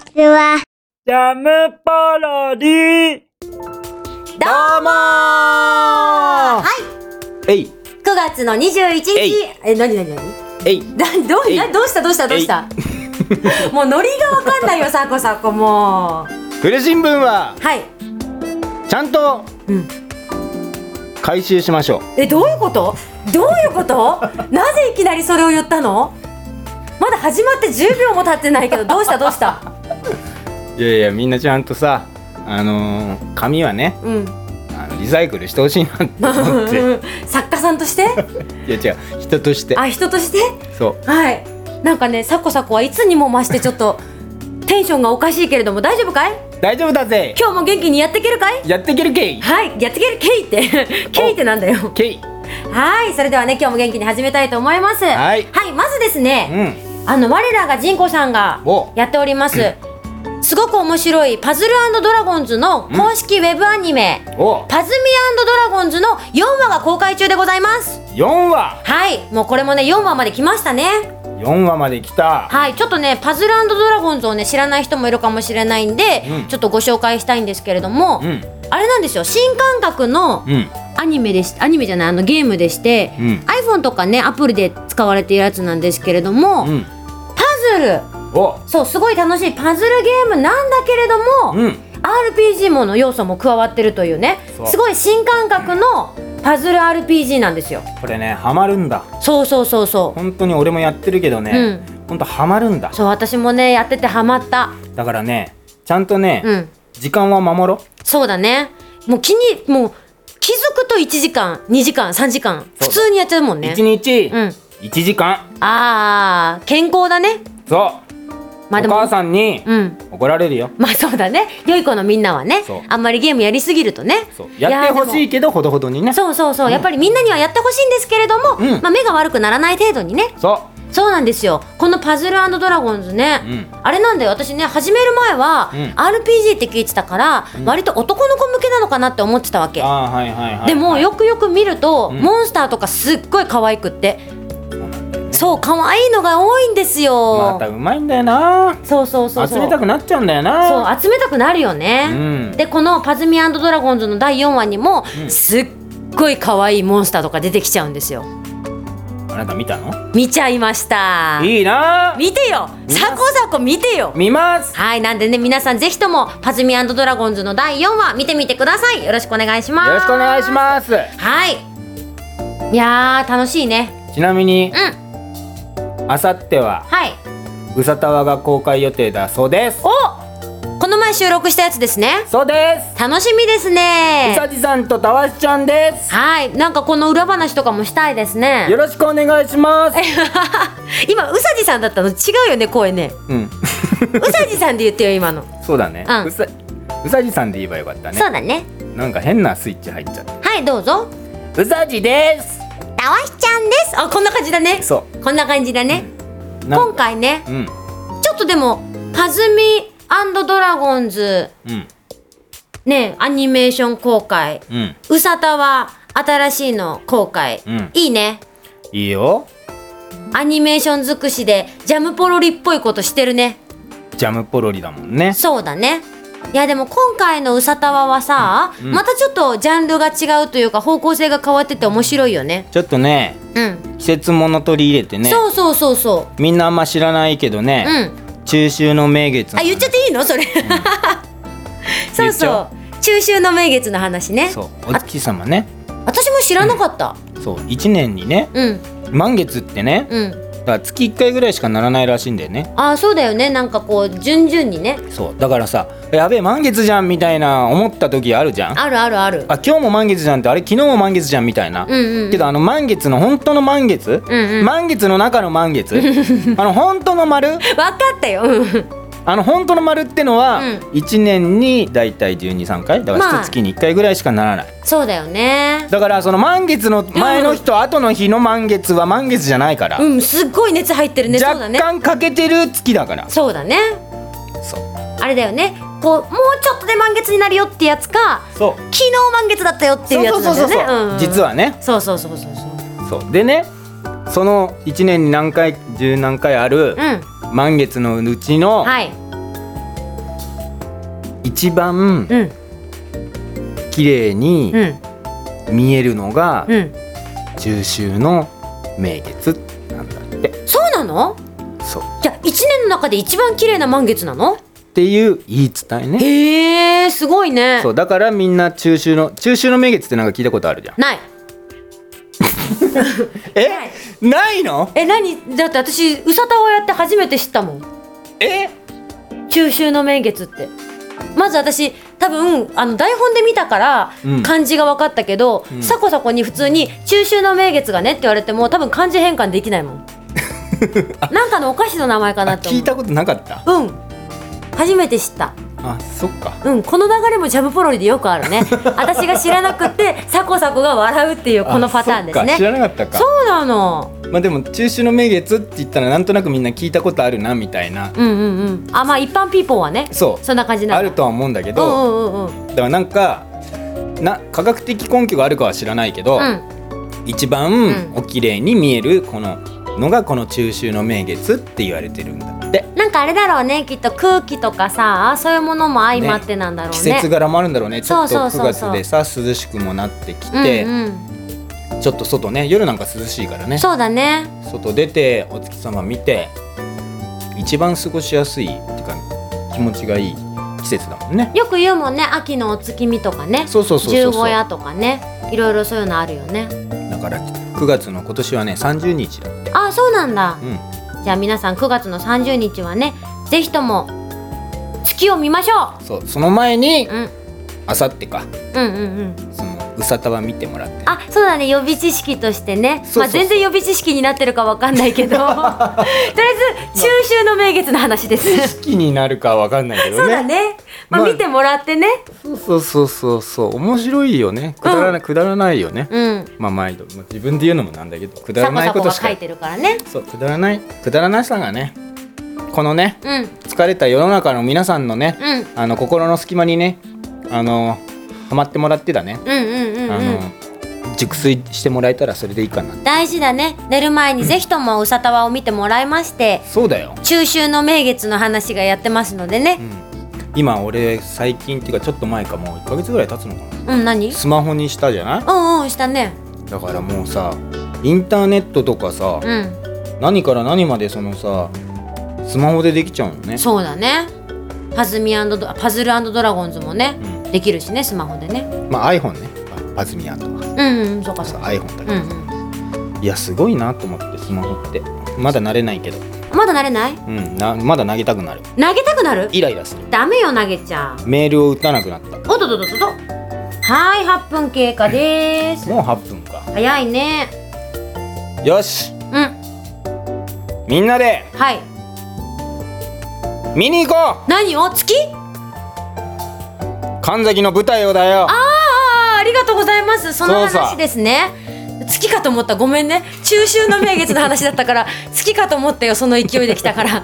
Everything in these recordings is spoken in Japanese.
ちは。 ジャムパロディ。 どうもー。はい。 えい。 9月の21日。なにえい。 どうしたもうノリがわかんないよ、サコサコもう。 古新聞ははい。 ちゃんと回収しましょう。 どういうことなぜいきなりそれを言ったの？まだ始まって10秒も経ってないけど、どうしたいやいや、みんなちゃんとさ、紙はね、リサイクルしてほしいなって思って作家さんとしていや違う、人として。 人として。 そう。 はい。なんかね、サコサコはいつにも増してちょっとテンションがおかしいけれども、大丈夫かい？ 大丈夫だぜ。 今日も元気にやっていけるかい？ やっていけるけい。 はい、やっていけるけいってけいってなんだよ。 けい。 はい、それではね、今日も元気に始めたいと思います。はい、まずですね、我らがジンコさんがやっております、すごく面白いパズル&ドラゴンズの公式ウェブアニメ、パズミ&ドラゴンズの4話が公開中でございます。 4話。 はい、もうこれもね、4話まで来ましたね。 4話まで来た。はい、 ちょっとね、パズル&ドラゴンズをね、知らない人もいるかもしれないんで、ちょっとご紹介したいんですけれども、あれなんですよ、新感覚のアニメでし、アニメじゃない、ゲームでして、iPhone とかね、アプリで使われているやつなんですけれども、パズル、そう、すごい楽しいパズルゲームなんだけれども、RPG もの要素も加わってるというね、すごい新感覚のパズル RPG なんですよ。 これね、ハマるんだ。 そう本当に俺もやってるけどね、本当ハマるんだ。 そう、私もね、やっててハマった。 だからね、ちゃんとね、時間は守ろう。 そうだね。もう気づくと1時間2時間3時間普通にやっちゃうもんね。 1日1時間。 健康だね。 そう。お母さんに怒られるよ。 そうだね。良い子のみんなはね、あんまりゲームやりすぎるとね、 やってほしいけどほどほどにね。 そうやっぱりみんなにはやってほしいんですけれども、目が悪くならない程度にね。そうなんですよ。このパズル&ドラゴンズね、あれなんだよ、私ね、始める前は RPG って聞いてたから、割と男の子向けなのかなって思ってたわけ。でもよくよく見ると、モンスターとかすっごい可愛くって、そう、可愛いのが多いんですよ。 またうまいんだよな。そう集めたくなっちゃうんだよな。 そう集めたくなるよね、でこのパズミ&ドラゴンズの第4話にも、すっごい可愛いモンスターとか出てきちゃうんですよ。 あなた見たの？ 見ちゃいました。 いいな。 見てよ、サコ見てよ。 見ます。 はい、なんでね、皆さんぜひともパズミ&ドラゴンズの第4話見てみてください。よろしくお願いします。 よろしくお願いします。 はい。いやー、楽しいね。 ちなみにあさってはうさたわが公開予定だそうです。 この前収録したやつですね。 そうです。 楽しみですね。 うさじさんとたわしちゃんです。 はい、なんかこの裏話とかもしたいですね。 よろしくお願いします。 今うさじさんだったの？違うよね、声ね。うさじさんで言ってよ、今の。 そうだね、うさじさんで言えばよかったね。 そうだね。 なんか変なスイッチ入っちゃった。 はい、どうぞ。 うさじです。 たわしちゃんです。こんな感じだね。こんな感じだね。今回ね、ちょっとでもパズミ&ドラゴンズね、アニメーション公開、うさたわ新しいの公開、いいね。 いいよ。 アニメーション尽くしでジャムポロリっぽいことしてるね。 ジャムポロリだもんね。 そうだね。いやでも今回のうさたわはさ、またちょっとジャンルが違うというか方向性が変わってて面白いよね。 ちょっとね、季節もの取り入れてね。そうみんなあんま知らないけどね、中秋の名月。 言っちゃっていいのそれ、中秋の名月の話ね。 お月様ね。 私も知らなかった。 そう、1年にね、満月ってね、だから月1回ぐらいしかならないらしいんだよね。 そうだよね。なんかこう順々にね。 そうだからさ、やべえ満月じゃんみたいな思った時あるじゃん。 ある。 今日も満月じゃんって、あれ昨日も満月じゃんみたいな。けど満月の本当の満月、満月の中の満月本当の丸。 分かったよ。 本当の丸ってのは、1年にだいたい12、3回だから1月に1回ぐらいしかならない。 そうだよね。 だからその満月の前の日と後の日の満月は満月じゃないから、 すっごい熱入ってるね。 若干欠けてる月だから。 そうだね。 そうあれだよね、こうもうちょっとで満月になるよってやつか、昨日満月だったよっていうやつなんだよね。 実はね。そうでね、その1年に何回10何回ある満月のうちの一番うん綺麗にうん見えるのがうん中秋の名月なんだって。 そうなの？ そうじゃあ1年の中で一番綺麗な満月なの？ っていう言い伝えね。 へえ、すごいね。 そうだからみんな中秋の名月ってなんか聞いたことあるじゃん。 ない。 ないの？ 何？だって私うさたわやって初めて知ったもん。中秋の名月って。まず私多分台本で見たから漢字が分かったけど、サコサコに普通に中秋の名月がねって言われても多分漢字変換できないもん。なんかのお菓子の名前かなって思う。 聞いたことなかった。 初めて知った。 あ、そっか。 この流れもジャムポロリでよくあるね。私が知らなくってサコサコが笑うっていうこのパターンですね。 知らなかったか。 そうなの。 まあでも中秋の名月って言ったらなんとなくみんな聞いたことあるなみたいな。 まあ一般ピーポーはね、そんな感じなの。 あるとは思うんだけど、だからなんか科学的根拠があるかは知らないけど、一番お綺麗に見えるこのがこの中秋の名月って言われてるんだって。 なんかあれだろうね、きっと空気とかさ、そういうものも相まってなんだろうね。 季節柄もあるんだろうね。ちょっと9月でさ涼しくもなってきて、ちょっと外ね、夜なんか涼しいからね。 そうだね。 外出てお月様見て一番過ごしやすいっていうか気持ちがいい季節だもんね。 よく言うもんね、秋のお月見とかね、十五夜とかね、いろいろそういうのあるよね。 だから9月の今年はね30日だって。 あ、そうなんだ。じゃあ皆さん9月の30日はね、ぜひとも月を見ましょう。その前にあさってか、そのうさたわ見てもらって。 あ、そうだね、予備知識としてね。まあ全然予備知識になってるかわかんないけどとりあえず中秋の名月の話です。 知識になるかわかんないけどね。 そうだね。まあ見てもらってね。 そう面白いよね。くだらないよね。まあ毎度自分で言うのもなんだけど、くだらないことしか書いてるからね。 そう、くだらなさがね、このね、疲れた世の中の皆さんのね、心の隙間にね、はまってもらってだね。熟睡してもらえたらそれでいいかな。 大事だね。寝る前にぜひともうさたわを見てもらいまして、 そうだよ。 中秋の名月の話がやってますのでね。 今俺最近っていうかちょっと前か、もう1ヶ月ぐらい経つのかな。 何？ スマホにしたじゃない？ したね。 だからもうさ、インターネットとかさ、何から何までそのさスマホでできちゃうのね。そうだね。 パズル&ドラゴンズもね、できるしね、スマホでね。 まあ iPhone ね、パズミアンとか。 そうかそうか。 iPhone だけど、いやすごいなと思ってスマホって。まだ慣れないけど。 まだ慣れない？ まだ投げたくなる。 投げたくなる？ イライラする。 ダメよ、投げちゃう。 メールを打たなくなった。 おっと。はい、8分経過です。 もう8分か。 早いね。 よし。みんなで。 はい。 見に行こう。何を？月？ 神崎の舞台をだよ。 ありがとうございます。その話ですね。月かと思った。ごめんね。中秋の名月の話だったから月かと思ったよ。その勢いできたから。はい、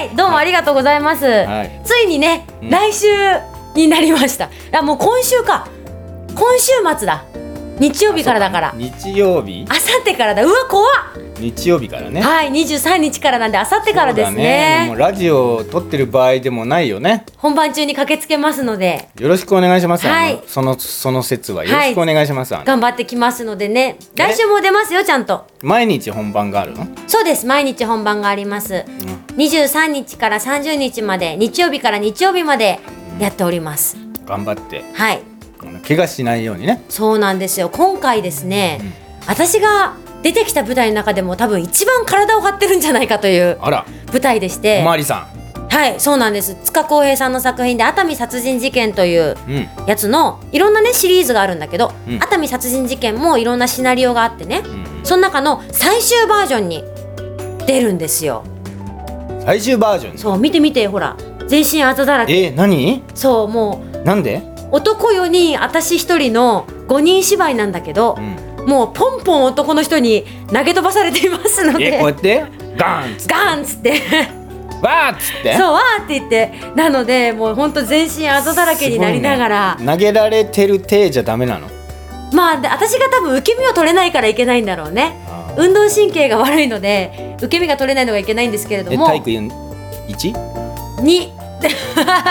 どうもありがとうございます。ついにね、来週になりました。もう今週か。今週末だ。日曜日からだから。 日曜日？ あさってからだ。うわ、怖っ。 日曜日からね。 はい、23日からなんであさってからですね。 もうラジオを撮ってる場合でもないよね。 本番中に駆けつけますのでよろしくお願いします。 はい、 その説はよろしくお願いします。 頑張ってきますのでね。来週も出ますよ、ちゃんと。 毎日本番があるの？そうです、毎日本番があります。23日から30日まで、日曜日から日曜日までやっております。 頑張って。 はい、 怪我しないようにね。そうなんですよ。今回ですね、私が出てきた舞台の中でも多分一番体を張ってるんじゃないかという舞台でして、 おまわりさん。はい、そうなんです。塚公平さんの作品で熱海殺人事件というやつのいろんなねシリーズがあるんだけど、熱海殺人事件もいろんなシナリオがあってね、その中の最終バージョンに出るんですよ。 最終バージョン？ そう、見てほら、全身あざだらけ。 何？ そう、もうなんで？ 男4人私1人の5人芝居なんだけど、もうポンポン男の人に投げ飛ばされていますので、 こうやってガーンっつってわーっつって、 そう、わーって言って、なのでもうほんと全身あざだらけになりながら、 投げられてる体じゃダメなの？ まあ私が多分受け身を取れないからいけないんだろうね。運動神経が悪いので受け身が取れないのがいけないんですけれども。 体育 1？ 2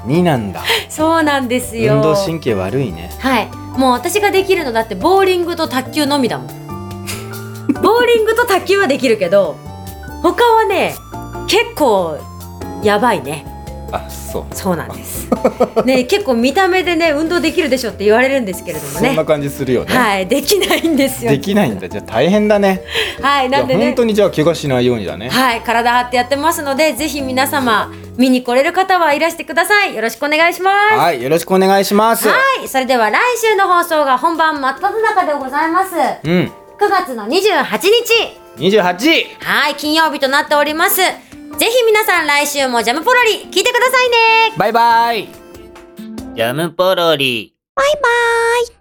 2なんだ。 そうなんですよ。 運動神経悪いね。 はい、もう私ができるのだってボーリングと卓球のみだもんボーリングと卓球はできるけど他はね結構やばいね。 あ、 そうなんですね。結構見た目でね運動できるでしょって言われるんですけれどもね、 そんな感じするよね。 はい、できないんですよ。 できないんだ。じゃあ大変だね。 はい、なんでね、 本当にじゃあ怪我しないようにだね。 はい、体張ってやってますので、ぜひ皆様見に来れる方はいらしてください。よろしくお願いします。 はい、よろしくお願いします。 はい、それでは来週の放送が本番真っ只中でございます。 うん。 9月の28日。 28。 はい、金曜日となっております。ぜひ皆さん来週もジャムポロリ聞いてくださいね。 バイバイ。 ジャムポロリ。 バイバイ。